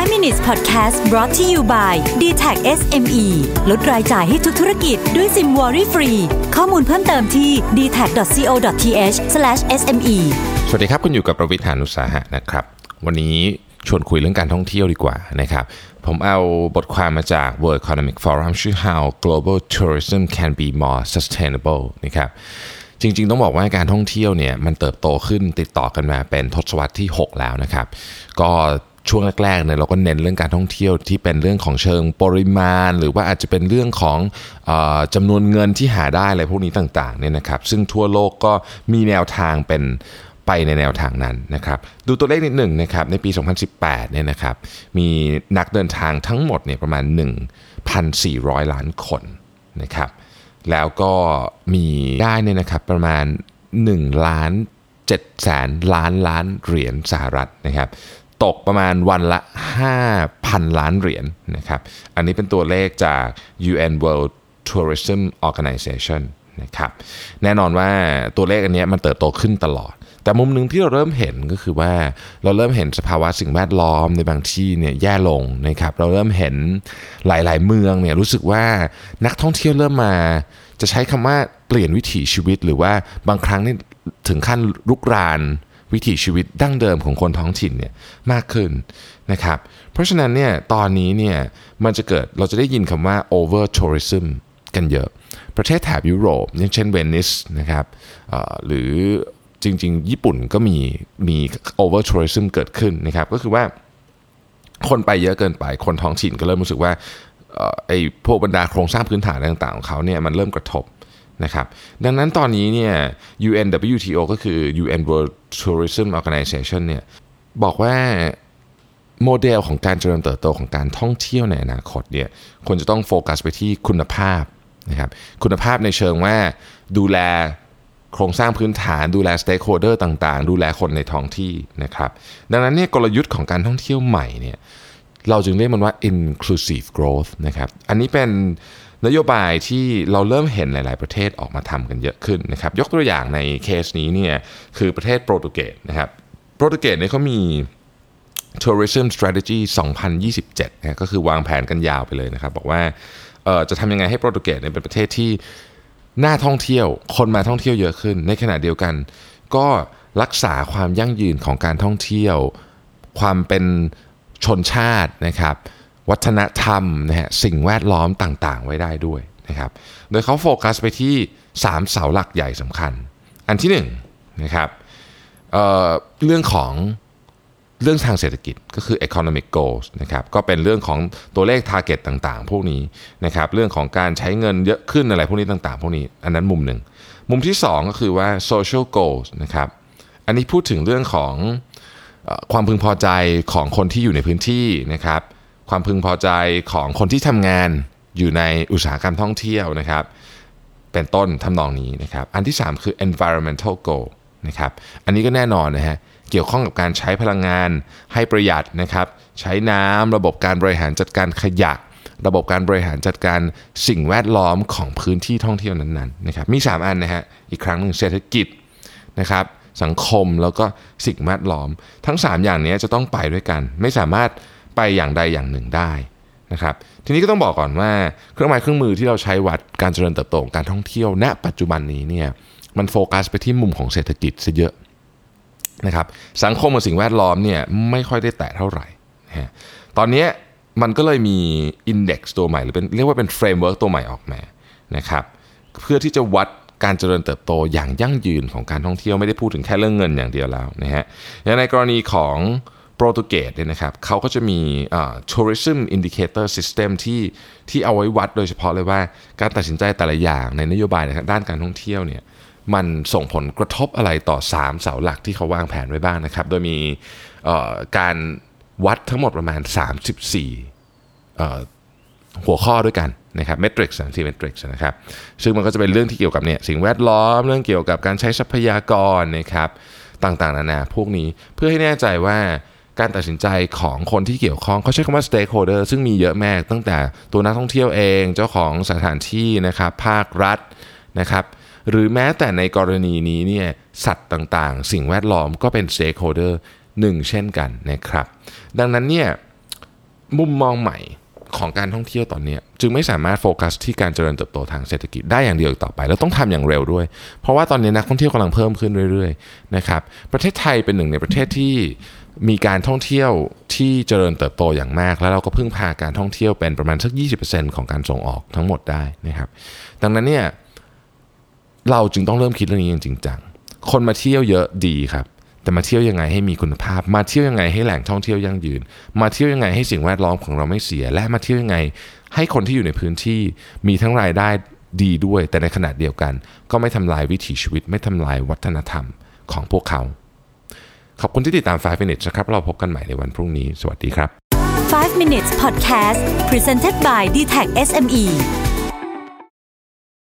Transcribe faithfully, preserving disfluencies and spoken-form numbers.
ไฟว์ minutes podcast brought to you by ดี แท็ก เอส เอ็ม อี ลดรายจ่ายให้ทุกธุรกิจด้วยซิมวอรี่ฟรีข้อมูลเพิ่มเติมที่ ดี แท็ก ดอท ซี โอ ดอท ที เอช สแลช เอส เอ็ม อีสวัสดีครับคุณอยู่กับประวิทย์ หาญอุตสาหะนะครับวันนี้ชวนคุยเรื่องการท่องเที่ยวดีกว่านะครับผมเอาบทความมาจาก World Economic Forum ชื่อ How Global Tourism Can Be More Sustainable นะครับจริงๆต้องบอกว่าการท่องเที่ยวเนี่ยมันเติบโตขึ้นติดต่อกันมาเป็นทศวรรษที่หกแล้วนะครับก็ช่วงแรกๆเนี่ยเราก็เน้นเรื่องการท่องเที่ยวที่เป็นเรื่องของเชิงปริมาณหรือว่าอาจจะเป็นเรื่องของเอ่อจำนวนเงินที่หาได้อะไรพวกนี้ต่างๆเนี่ยนะครับซึ่งทั่วโลกก็มีแนวทางเป็นไปในแนวทางนั้นนะครับดูตัวเลขนิดหนึ่งนะครับในปีสองพันสิบแปดเนี่ยนะครับมีนักเดินทางทั้งหมดเนี่ยประมาณ หนึ่งพันสี่ร้อย ล้านคนนะครับแล้วก็มีได้เนี่ยนะครับประมาณหนึ่งล้านเจ็ดแสนล้านล้านเหรียญสหรัฐนะครับตกประมาณวันละ ห้าพัน ล้านเหรียญนะครับอันนี้เป็นตัวเลขจาก ยู เอ็น World Tourism Organization นะครับแน่นอนว่าตัวเลขอันนี้มันเติบโตขึ้นตลอดแต่มุมหนึ่งที่เราเริ่มเห็นก็คือว่าเราเริ่มเห็นสภาวะสิ่งแวดล้อมในบางที่เนี่ยแย่ลงนะครับเราเริ่มเห็นหลายๆเมืองเนี่ยรู้สึกว่านักท่องเที่ยวเริ่มมาจะใช้คำว่าเปลี่ยนวิถีชีวิตหรือว่าบางครั้งนี่ถึงขั้นรุกรานวิถีชีวิตดั้งเดิมของคนท้องถิ่นเนี่ยมากขึ้นนะครับเพราะฉะนั้นเนี่ยตอนนี้เนี่ยมันจะเกิดเราจะได้ยินคำว่า over tourism กันเยอะประเทศแถบยุโรปอย่างเช่นเวนิสนะครับหรือจริงๆญี่ปุ่นก็มีมี over tourism เกิดขึ้นนะครับก็คือว่าคนไปเยอะเกินไปคนท้องถิ่นก็เริ่มรู้สึกว่าไอ้พวกบรรดาโครงสร้างพื้นฐานต่างๆของเขาเนี่ยมันเริ่มกระทบนะครับดังนั้นตอนนี้เนี่ย ยู เอ็น ดับเบิลยู ที โอ ก็คือ ยู เอ็น World Tourism Organization เนี่ยบอกว่าโมเดลของการเจริญเติบโตของการท่องเที่ยวในอนาคตเนี่ยควรจะต้องโฟกัสไปที่คุณภาพนะครับคุณภาพในเชิงว่าดูแลโครงสร้างพื้นฐานดูแล stakeholder ต่างๆดูแลคนในท้องที่นะครับดังนั้นเนี่ยกลยุทธ์ของการท่องเที่ยวใหม่เนี่ยเราจึงเรียกมันว่า inclusive growth นะครับอันนี้เป็นนโยบายที่เราเริ่มเห็นหลายๆประเทศออกมาทำกันเยอะขึ้นนะครับยกตัวอย่างในเคสนี้เนี่ยคือประเทศโปรตุเกสนะครับโปรตุเกสเนี่ยเขามี tourism strategy สองพันยี่สิบเจ็ดนะก็คือวางแผนกันยาวไปเลยนะครับบอกว่าเอ่อจะทำยังไงให้โปรตุเกสเนี่ยเป็นประเทศที่น่าท่องเที่ยวคนมาท่องเที่ยวเยอะขึ้นในขณะเดียวกันก็รักษาความยั่งยืนของการท่องเที่ยวความเป็นชนชาตินะครับวัฒนธรรมนะฮะสิ่งแวดล้อมต่างๆไว้ได้ด้วยนะครับโดยเขาโฟกัสไปที่สามเสาหลักใหญ่สำคัญอันที่หนึ่งนะครับ เอ่อ เรื่องของเรื่องทางเศรษฐกิจก็คือ economic goals นะครับก็เป็นเรื่องของตัวเลข target ต่างๆพวกนี้นะครับเรื่องของการใช้เงินเยอะขึ้นอะไรพวกนี้ต่างๆพวกนี้อันนั้นมุมหนึ่งมุมที่สองก็คือว่า social goals นะครับอันนี้พูดถึงเรื่องของเอ่อความพึงพอใจของคนที่อยู่ในพื้นที่นะครับความพึงพอใจของคนที่ทำงานอยู่ในอุตสาหกรรมท่องเที่ยวนะครับเป็นต้นทำนองนี้นะครับอันที่สามคือ environmental goal นะครับอันนี้ก็แน่นอนนะฮะเกี่ยวข้องกับการใช้พลังงานให้ประหยัดนะครับใช้น้ำระบบการบริหารจัดการขยะระบบการบริหารจัดการสิ่งแวดล้อมของพื้นที่ท่องเที่ยวนั้นๆนะครับมีสามอันนะฮะอีกครั้งหนึ่งเศรษฐกิจนะครับสังคมแล้วก็สิ่งแวดล้อมทั้งสามอย่างนี้จะต้องไปด้วยกันไม่สามารถไปอย่างใดอย่างหนึ่งได้นะครับทีนี้ก็ต้องบอกก่อนว่าเครื่องไม้เครื่องมือที่เราใช้วัดการเจริญเติบโตของการท่องเที่ยวณปัจจุบันนี้เนี่ยมันโฟกัสไปที่มุมของเศรษฐกิจซะเยอะนะครับสังคมกับสิ่งแวดล้อมเนี่ยไม่ค่อยได้แตะเท่าไหร่นะฮะตอนนี้มันก็เลยมีอินเด็กซ์ตัวใหม่หรือเป็นเรียกว่าเป็นเฟรมเวิร์กตัวใหม่ออกมานะครับเพื่อที่จะวัดการเจริญเติบโตอย่างยั่งยืนของการท่องเที่ยวไม่ได้พูดถึงแค่เรื่องเงินอย่างเดียวแล้วนะฮะอย่างในกรณีของโปรตุเกสเนี่ยนะครับเขาก็จะมี uh, tourism indicator system ที่ที่เอาไว้วัดโดยเฉพาะเลยว่าการตัดสินใจแต่ละอย่างในนโยบายในด้านการท่องเที่ยวเนี่ยมันส่งผลกระทบอะไรต่อสามเสาหลักที่เขาวางแผนไว้บ้างนะครับโดยมีการวัดทั้งหมดประมาณสามสิบสี่หัวข้อด้วยกันนะครับเมทริกซ์สามสิบเมทริกซ์นะครับซึ่งมันก็จะเป็นเรื่องที่เกี่ยวกับเนี่ยสิ่งแวดล้อมเรื่องเกี่ยวกับการใช้ทรัพยากรนะครับต่างๆนานาพวกนี้เพื่อให้แน่ใจว่าการตัดสินใจของคนที่เกี่ยวข้องเขาใช้คำว่า stakeholder ซึ่งมีเยอะมากตั้งแต่ตัวนักท่องเที่ยวเองเจ้าของสถานที่นะครับภาครัฐนะครับหรือแม้แต่ในกรณีนี้เนี่ยสัตว์ต่างๆสิ่งแวดล้อมก็เป็น stakeholder หนึ่งเช่นกันนะครับดังนั้นเนี่ยมุมมองใหม่ของการท่องเที่ยวตอนนี้จึงไม่สามารถโฟกัสที่การเจริญเติบโตทางเศรษฐกิจได้อย่างเดียวต่อไปแล้วต้องทำอย่างเร็วด้วยเพราะว่าตอนนี้นักท่องเที่ยวกำลังเพิ่มขึ้นเรื่อยๆนะครับประเทศไทยเป็นหนึ่งในประเทศที่มีการท่องเที่ยวที่เจริญเติบโตอย่างมากแล้วเราก็พึ่งพาการท่องเที่ยวเป็นประมาณสัก ยี่สิบเปอร์เซ็นต์ ของการส่งออกทั้งหมดได้นะครับดังนั้นเนี่ยเราจึงต้องเริ่มคิดเรื่องนี้จริงจังคนมาเที่ยวเยอะดีครับแต่มาเที่ยวยังไงให้มีคุณภาพมาเที่ยวยังไงให้แหล่งท่องเที่ยวยั่งยืนมาเที่ยวยังไงให้สิ่งแวดล้อมของเราไม่เสียและมาเที่ยวยังไงให้คนที่อยู่ในพื้นที่มีทั้งรายได้ดีด้วยแต่ในขณะเดียวกันก็ไม่ทำลายวิถีชีวิตไม่ทำลายวัฒนธรรมของพวกเขาขอบคุณที่ติดตามไฟว์ minutes นะครับเราพบกันใหม่ในวันพรุ่งนี้สวัสดีครับไฟว์ minutes podcast presented by ดี ที เอ ซี เอส เอ็ม อี